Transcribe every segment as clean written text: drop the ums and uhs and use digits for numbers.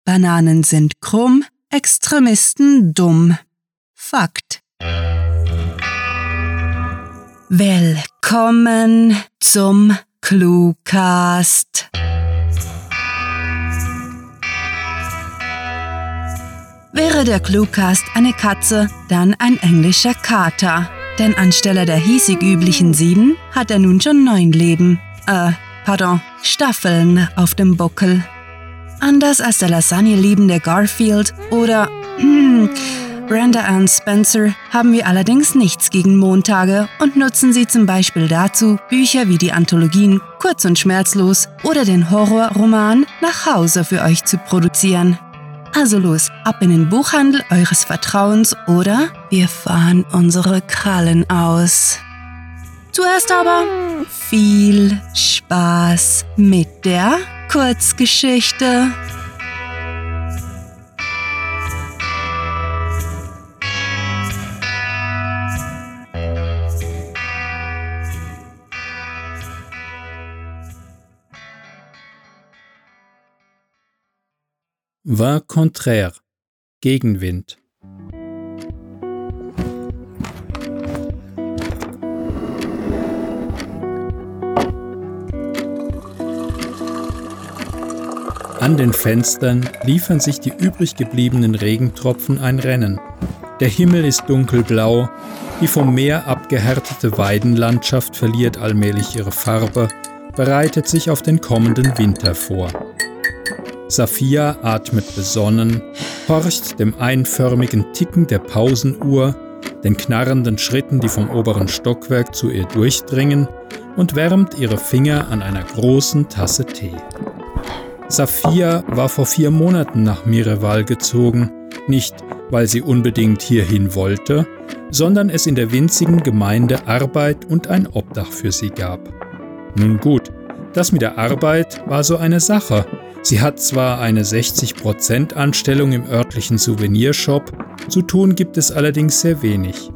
Bananen sind krumm, Extremisten dumm. Fakt. Willkommen zum Cluecast. Wäre der Cluecast eine Katze, dann ein englischer Kater. Denn anstelle der hiesig üblichen 7 hat er nun schon 9 Leben. Staffeln auf dem Buckel. Anders als der Lasagne-liebende Garfield oder Brenda Ann Spencer haben wir allerdings nichts gegen Montage und nutzen sie zum Beispiel dazu, Bücher wie die Anthologien Kurz und Schmerzlos oder den Horrorroman Nach Hause für euch zu produzieren. Also los, ab in den Buchhandel eures Vertrauens oder wir fahren unsere Krallen aus. Zuerst aber viel Spaß mit der Kurzgeschichte. Vent contraire, Gegenwind. An den Fenstern liefern sich die übrig gebliebenen Regentropfen ein Rennen. Der Himmel ist dunkelblau, die vom Meer abgehärtete Weidenlandschaft verliert allmählich ihre Farbe, bereitet sich auf den kommenden Winter vor. Safia atmet besonnen, horcht dem einförmigen Ticken der Pausenuhr, den knarrenden Schritten, die vom oberen Stockwerk zu ihr durchdringen, und wärmt ihre Finger an einer großen Tasse Tee. Safia war vor 4 Monaten nach Mireval gezogen, nicht weil sie unbedingt hierhin wollte, sondern es in der winzigen Gemeinde Arbeit und ein Obdach für sie gab. Nun gut, das mit der Arbeit war so eine Sache. Sie hat zwar eine 60% Anstellung im örtlichen Souvenirshop, zu tun gibt es allerdings sehr wenig.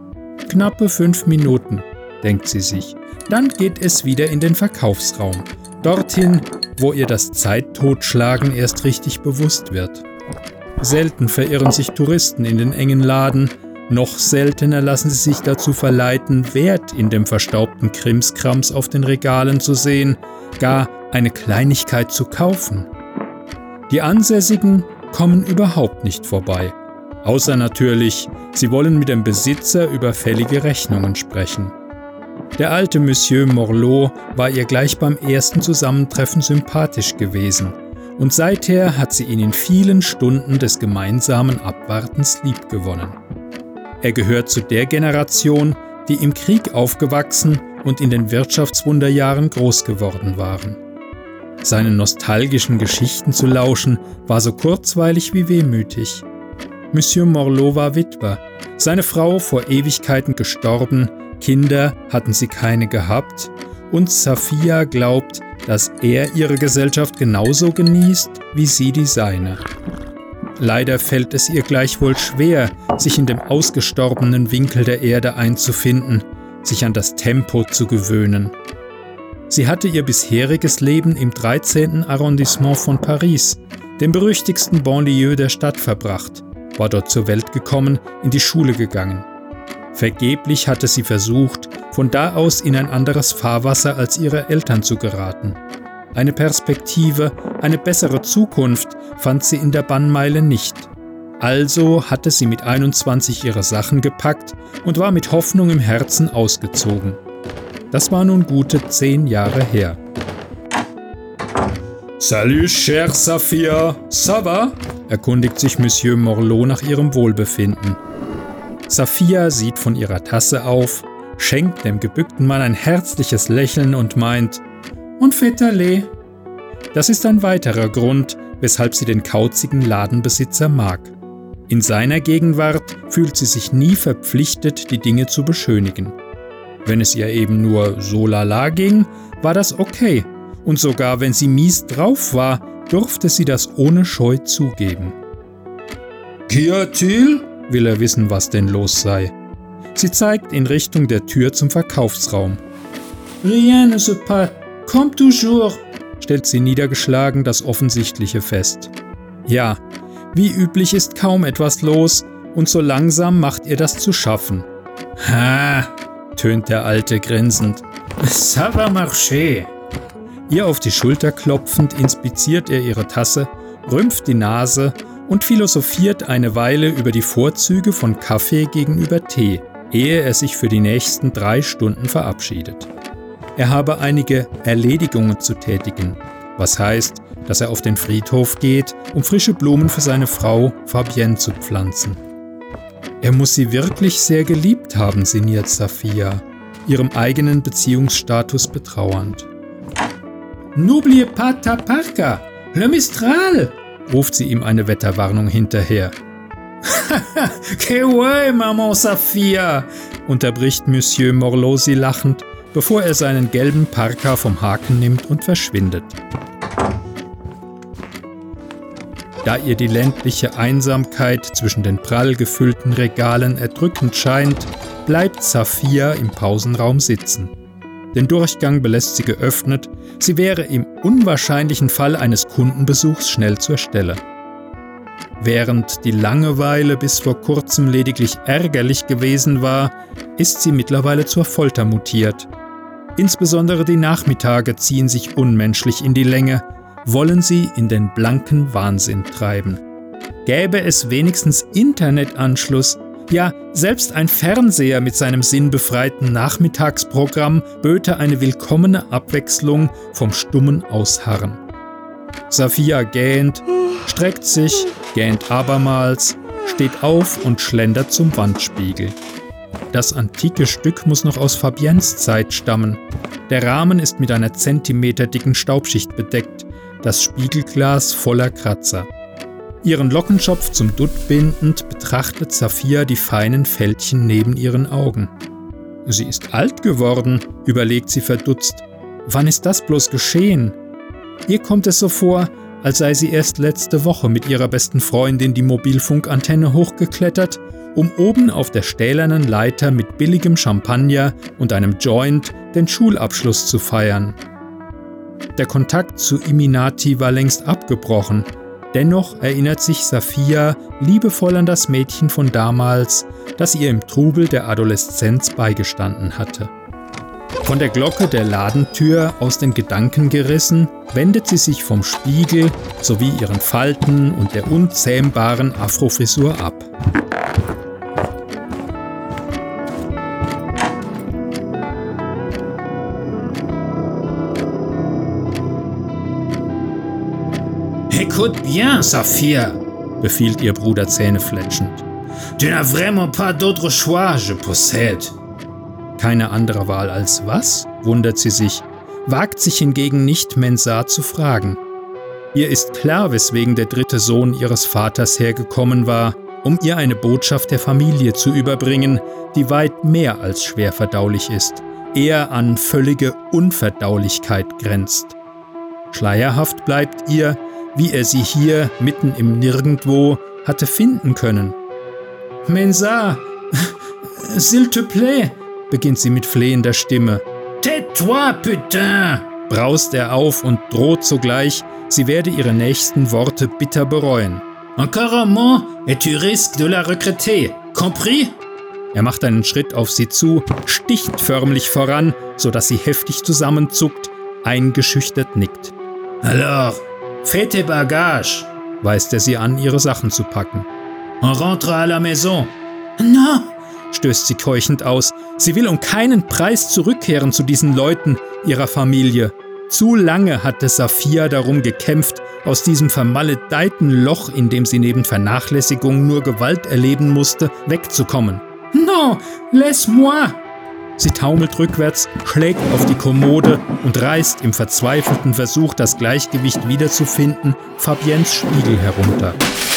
Knappe 5 Minuten, denkt sie sich. Dann geht es wieder in den Verkaufsraum, dorthin, wo ihr das Zeittotschlagen erst richtig bewusst wird. Selten verirren sich Touristen in den engen Laden, noch seltener lassen sie sich dazu verleiten, Wert in dem verstaubten Krimskrams auf den Regalen zu sehen, gar eine Kleinigkeit zu kaufen. Die Ansässigen kommen überhaupt nicht vorbei. Außer natürlich, sie wollen mit dem Besitzer über fällige Rechnungen sprechen. Der alte Monsieur Morlot war ihr gleich beim ersten Zusammentreffen sympathisch gewesen und seither hat sie ihn in vielen Stunden des gemeinsamen Abwartens liebgewonnen. Er gehört zu der Generation, die im Krieg aufgewachsen und in den Wirtschaftswunderjahren groß geworden waren. Seinen nostalgischen Geschichten zu lauschen, war so kurzweilig wie wehmütig. Monsieur Morlot war Witwer, seine Frau vor Ewigkeiten gestorben, Kinder hatten sie keine gehabt und Safia glaubt, dass er ihre Gesellschaft genauso genießt, wie sie die seine. Leider fällt es ihr gleichwohl schwer, sich in dem ausgestorbenen Winkel der Erde einzufinden, sich an das Tempo zu gewöhnen. Sie hatte ihr bisheriges Leben im 13. Arrondissement von Paris, dem berüchtigsten Banlieue der Stadt, verbracht, war dort zur Welt gekommen, in die Schule gegangen. Vergeblich hatte sie versucht, von da aus in ein anderes Fahrwasser als ihre Eltern zu geraten. Eine Perspektive, eine bessere Zukunft fand sie in der Bannmeile nicht. Also hatte sie mit 21 ihre Sachen gepackt und war mit Hoffnung im Herzen ausgezogen. Das war nun gute 10 Jahre her. »Salut, chère Safia, ça va?« erkundigt sich Monsieur Morlot nach ihrem Wohlbefinden. Safia sieht von ihrer Tasse auf, schenkt dem gebückten Mann ein herzliches Lächeln und meint »Und Fétalé?« Das ist ein weiterer Grund, weshalb sie den kauzigen Ladenbesitzer mag. In seiner Gegenwart fühlt sie sich nie verpflichtet, die Dinge zu beschönigen. Wenn es ihr eben nur so lala ging, war das okay. Und sogar wenn sie mies drauf war, durfte sie das ohne Scheu zugeben. »Qu'y a-t-il?« will er wissen, was denn los sei. Sie zeigt in Richtung der Tür zum Verkaufsraum. »Rien ne se passe, comme toujours«, stellt sie niedergeschlagen das Offensichtliche fest. Ja, wie üblich ist kaum etwas los und so langsam macht ihr das zu schaffen. Ha, tönt der Alte grinsend. Ça va marcher. Ihr auf die Schulter klopfend inspiziert er ihre Tasse, rümpft die Nase und philosophiert eine Weile über die Vorzüge von Kaffee gegenüber Tee, ehe er sich für die nächsten 3 Stunden verabschiedet. Er habe einige Erledigungen zu tätigen, was heißt, dass er auf den Friedhof geht, um frische Blumen für seine Frau Fabienne zu pflanzen. Er muss sie wirklich sehr geliebt haben, sinniert Safia, ihrem eigenen Beziehungsstatus betrauernd. N'oubliez pas ta parka, le Mistral, ruft sie ihm eine Wetterwarnung hinterher. Que ouais, Maman Safia, unterbricht Monsieur Morlot sie lachend, bevor er seinen gelben Parka vom Haken nimmt und verschwindet. Da ihr die ländliche Einsamkeit zwischen den prall gefüllten Regalen erdrückend scheint, bleibt Safia im Pausenraum sitzen. Den Durchgang belässt sie geöffnet, sie wäre im unwahrscheinlichen Fall eines Kundenbesuchs schnell zur Stelle. Während die Langeweile bis vor kurzem lediglich ärgerlich gewesen war, ist sie mittlerweile zur Folter mutiert. Insbesondere die Nachmittage ziehen sich unmenschlich in die Länge, wollen sie in den blanken Wahnsinn treiben. Gäbe es wenigstens Internetanschluss, ja, selbst ein Fernseher mit seinem sinnbefreiten Nachmittagsprogramm böte eine willkommene Abwechslung vom stummen Ausharren. Safia gähnt, streckt sich, gähnt abermals, steht auf und schlendert zum Wandspiegel. Das antike Stück muss noch aus Fabiennes Zeit stammen. Der Rahmen ist mit einer zentimeterdicken Staubschicht bedeckt, das Spiegelglas voller Kratzer. Ihren Lockenschopf zum Dutt bindend betrachtet Safia die feinen Fältchen neben ihren Augen. Sie ist alt geworden, überlegt sie verdutzt. Wann ist das bloß geschehen? Ihr kommt es so vor, als sei sie erst letzte Woche mit ihrer besten Freundin die Mobilfunkantenne hochgeklettert, um oben auf der stählernen Leiter mit billigem Champagner und einem Joint den Schulabschluss zu feiern. Der Kontakt zu Iminati war längst abgebrochen. Dennoch erinnert sich Safia liebevoll an das Mädchen von damals, das ihr im Trubel der Adoleszenz beigestanden hatte. Von der Glocke der Ladentür aus den Gedanken gerissen, wendet sie sich vom Spiegel sowie ihren Falten und der unzähmbaren Afrofrisur ab. Écoute bien, Safia, befiehlt ihr Bruder zähnefletschend. Tu n'as vraiment pas d'autre choix, je possède. Keine andere Wahl als was? Wundert sie sich, wagt sich hingegen nicht, Mensah zu fragen. Ihr ist klar, weswegen der 3. Sohn ihres Vaters hergekommen war, um ihr eine Botschaft der Familie zu überbringen, die weit mehr als schwer verdaulich ist, eher an völlige Unverdaulichkeit grenzt. Schleierhaft bleibt ihr, wie er sie hier, mitten im Nirgendwo, hatte finden können. Mensah, s'il te plaît, beginnt sie mit flehender Stimme. Tais-toi, putain! Braust er auf und droht sogleich, sie werde ihre nächsten Worte bitter bereuen. Encore un mot et tu risques de la regretter, compris? Er macht einen Schritt auf sie zu, sticht förmlich voran, sodass sie heftig zusammenzuckt, eingeschüchtert nickt. Alors, fais tes bagages, weist er sie an, ihre Sachen zu packen. On rentre à la maison. Non, stößt sie keuchend aus. Sie will um keinen Preis zurückkehren zu diesen Leuten, ihrer Familie. Zu lange hatte Safia darum gekämpft, aus diesem vermaledeiten Loch, in dem sie neben Vernachlässigung nur Gewalt erleben musste, wegzukommen. Non, laisse-moi! Sie taumelt rückwärts, schlägt auf die Kommode und reißt im verzweifelten Versuch, das Gleichgewicht wiederzufinden, Fabiennes Spiegel herunter.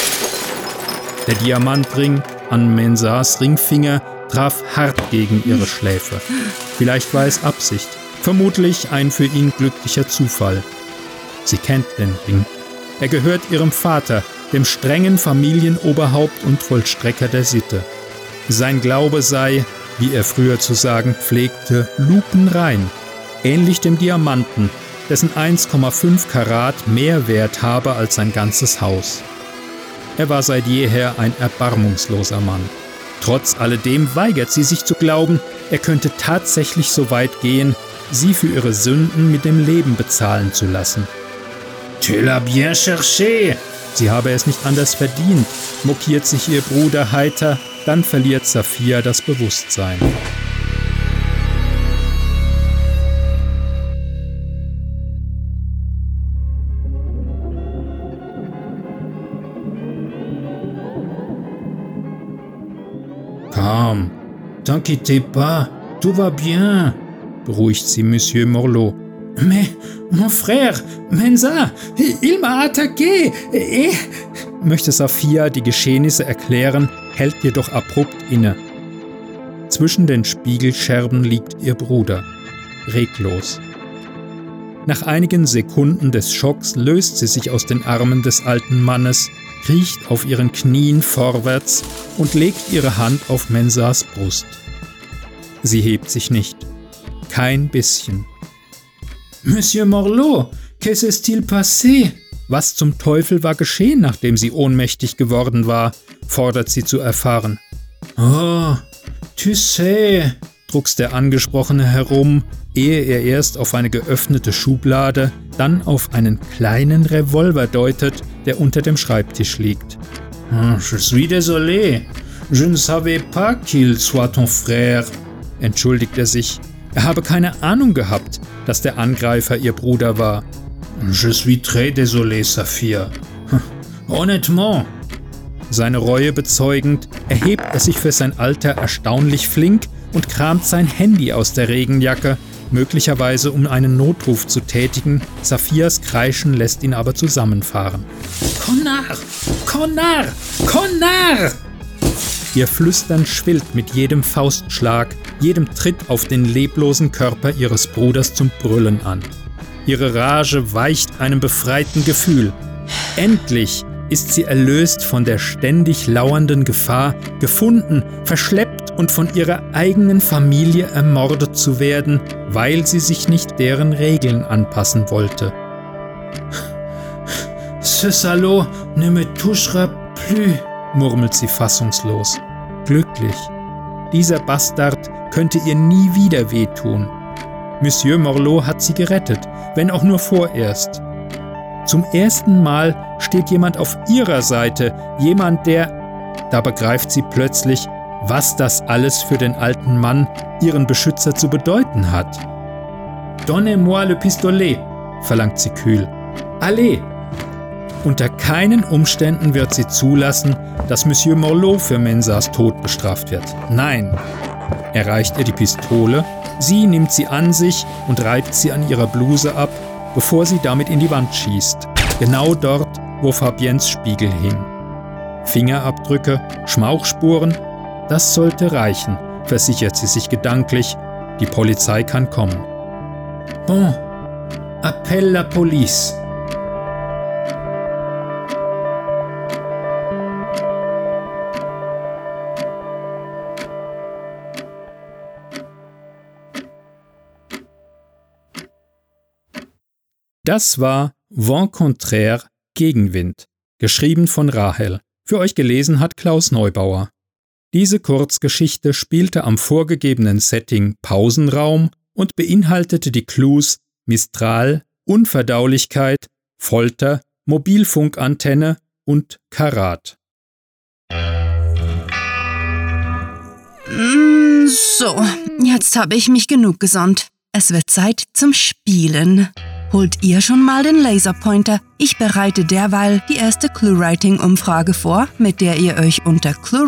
Der Diamantring an Mensahs Ringfinger traf hart gegen ihre Schläfe. Vielleicht war es Absicht, vermutlich ein für ihn glücklicher Zufall. Sie kennt den Ring. Er gehört ihrem Vater, dem strengen Familienoberhaupt und Vollstrecker der Sitte. Sein Glaube sei, wie er früher zu sagen pflegte, lupenrein, ähnlich dem Diamanten, dessen 1,5 Karat mehr Wert habe als sein ganzes Haus. Er war seit jeher ein erbarmungsloser Mann. Trotz alledem weigert sie sich zu glauben, er könnte tatsächlich so weit gehen, sie für ihre Sünden mit dem Leben bezahlen zu lassen. Tu l'as bien cherché. Sie habe es nicht anders verdient, mokiert sich ihr Bruder heiter, dann verliert Saphir das Bewusstsein. Calme, t'inquiète pas, tout va bien, beruhigt sie Monsieur Morlot. Mais, mon frère, Mensah, il m'a attaqué, möchte Saphir die Geschehnisse erklären, hält jedoch abrupt inne. Zwischen den Spiegelscherben liegt ihr Bruder, reglos. Nach einigen Sekunden des Schocks löst sie sich aus den Armen des alten Mannes, kriecht auf ihren Knien vorwärts und legt ihre Hand auf Mensahs Brust. Sie hebt sich nicht, kein bisschen. Monsieur Morlot, qu'est-ce s'est-il passé? Was zum Teufel war geschehen, nachdem sie ohnmächtig geworden war, fordert sie zu erfahren. Oh, tu sais, druckst der Angesprochene herum, ehe er erst auf eine geöffnete Schublade, dann auf einen kleinen Revolver deutet, der unter dem Schreibtisch liegt. Je suis désolé, je ne savais pas qu'il soit ton frère, entschuldigt er sich. Er habe keine Ahnung gehabt, dass der Angreifer ihr Bruder war. Je suis très désolé, Saphir. Honnêtement. Seine Reue bezeugend, erhebt er sich für sein Alter erstaunlich flink und kramt sein Handy aus der Regenjacke, möglicherweise um einen Notruf zu tätigen. Saphirs Kreischen lässt ihn aber zusammenfahren. Connard! Connard! Connard! Ihr Flüstern schwillt mit jedem Faustschlag, jedem Tritt auf den leblosen Körper ihres Bruders zum Brüllen an. Ihre Rage weicht einem befreiten Gefühl. Endlich ist sie erlöst von der ständig lauernden Gefahr, gefunden, verschleppt und von ihrer eigenen Familie ermordet zu werden, weil sie sich nicht deren Regeln anpassen wollte. Ce salaud ne me touchera plus, murmelt sie fassungslos. Glücklich. Dieser Bastard könnte ihr nie wieder wehtun. Monsieur Morlot hat sie gerettet, wenn auch nur vorerst. Zum ersten Mal steht jemand auf ihrer Seite, jemand, der... Da begreift sie plötzlich, was das alles für den alten Mann, ihren Beschützer, zu bedeuten hat. Donnez-moi le pistolet, verlangt sie kühl. Allez! Unter keinen Umständen wird sie zulassen, dass Monsieur Morlot für Mensahs Tod bestraft wird. Nein. Er reicht ihr die Pistole, sie nimmt sie an sich und reibt sie an ihrer Bluse ab, bevor sie damit in die Wand schießt. Genau dort, wo Fabiens Spiegel hing. Fingerabdrücke, Schmauchspuren, das sollte reichen, versichert sie sich gedanklich. Die Polizei kann kommen. Bon, appelle la police. Das war Vent contraire, Gegenwind, geschrieben von Rahel. Für euch gelesen hat Klaus Neubauer. Diese Kurzgeschichte spielte am vorgegebenen Setting Pausenraum und beinhaltete die Clues Mistral, Unverdaulichkeit, Folter, Mobilfunkantenne und Karat. So, jetzt habe ich mich genug gesonnt. Es wird Zeit zum Spielen. Holt ihr schon mal den Laserpointer? Ich bereite derweil die erste ClueWriting-Umfrage vor, mit der ihr euch unter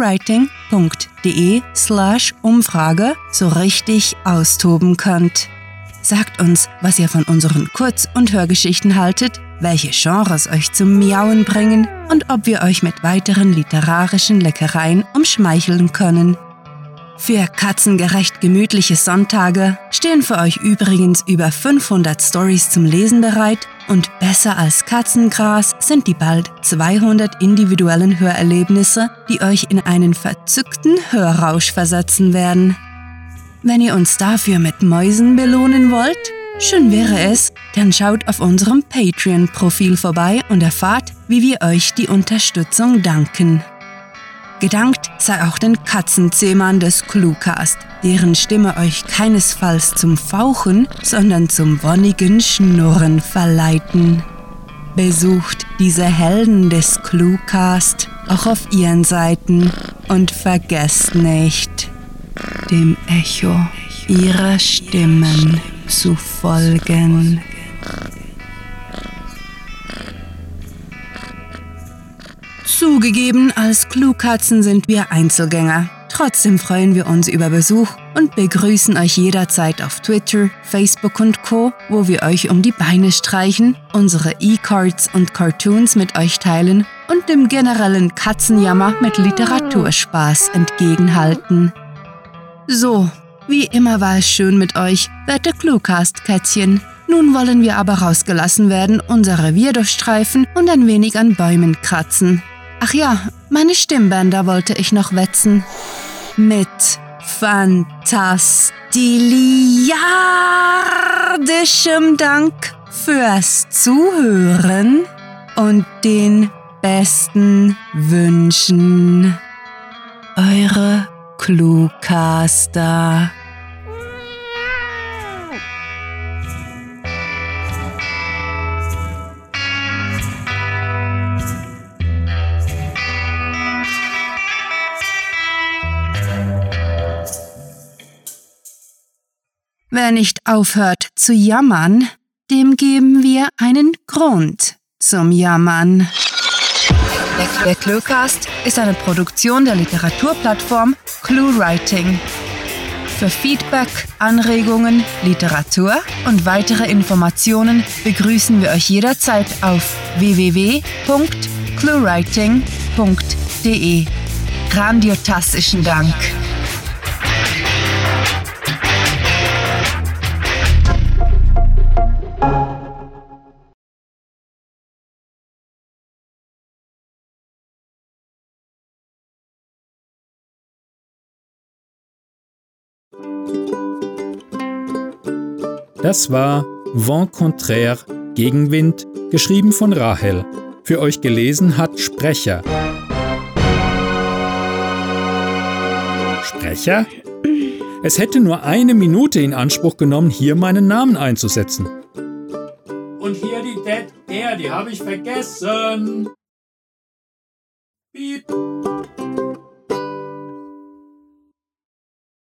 cluewriting.de/Umfrage so richtig austoben könnt. Sagt uns, was ihr von unseren Kurz- und Hörgeschichten haltet, welche Genres euch zum Miauen bringen und ob wir euch mit weiteren literarischen Leckereien umschmeicheln können. Für katzengerecht gemütliche Sonntage stehen für euch übrigens über 500 Storys zum Lesen bereit und besser als Katzengras sind die bald 200 individuellen Hörerlebnisse, die euch in einen verzückten Hörrausch versetzen werden. Wenn ihr uns dafür mit Mäusen belohnen wollt, Schön wäre es, dann schaut auf unserem Patreon-Profil vorbei und erfahrt, wie wir euch die Unterstützung danken. Gedankt sei auch den Katzenzähmern des Cluecast, deren Stimme euch keinesfalls zum Fauchen, sondern zum wonnigen Schnurren verleiten. Besucht diese Helden des Cluecast auch auf ihren Seiten und vergesst nicht, dem Echo ihrer Stimmen zu folgen. Zugegeben, als Cluekatzen sind wir Einzelgänger. Trotzdem freuen wir uns über Besuch und begrüßen euch jederzeit auf Twitter, Facebook und Co., wo wir euch um die Beine streichen, unsere E-Cards und Cartoons mit euch teilen und dem generellen Katzenjammer mit Literaturspaß entgegenhalten. So, wie immer war es schön mit euch, werte Cluecast-Kätzchen. Nun wollen wir aber rausgelassen werden, unser Revier durchstreifen und ein wenig an Bäumen kratzen. Ach ja, meine Stimmbänder wollte ich noch wetzen. Mit fantastiliardischem Dank fürs Zuhören und den besten Wünschen. Eure Cluecaster. Wer nicht aufhört zu jammern, dem geben wir einen Grund zum Jammern. Der Cluecast ist eine Produktion der Literaturplattform ClueWriting. Für Feedback, Anregungen, Literatur und weitere Informationen begrüßen wir euch jederzeit auf www.cluewriting.de. Grandiotastischen Dank. Das war Vent Contraire, Gegenwind, geschrieben von Rahel. Für euch gelesen hat Sprecher. Sprecher? Es hätte nur 1 Minute in Anspruch genommen, hier meinen Namen einzusetzen. Und hier die Dead Air, die habe ich vergessen. Piep.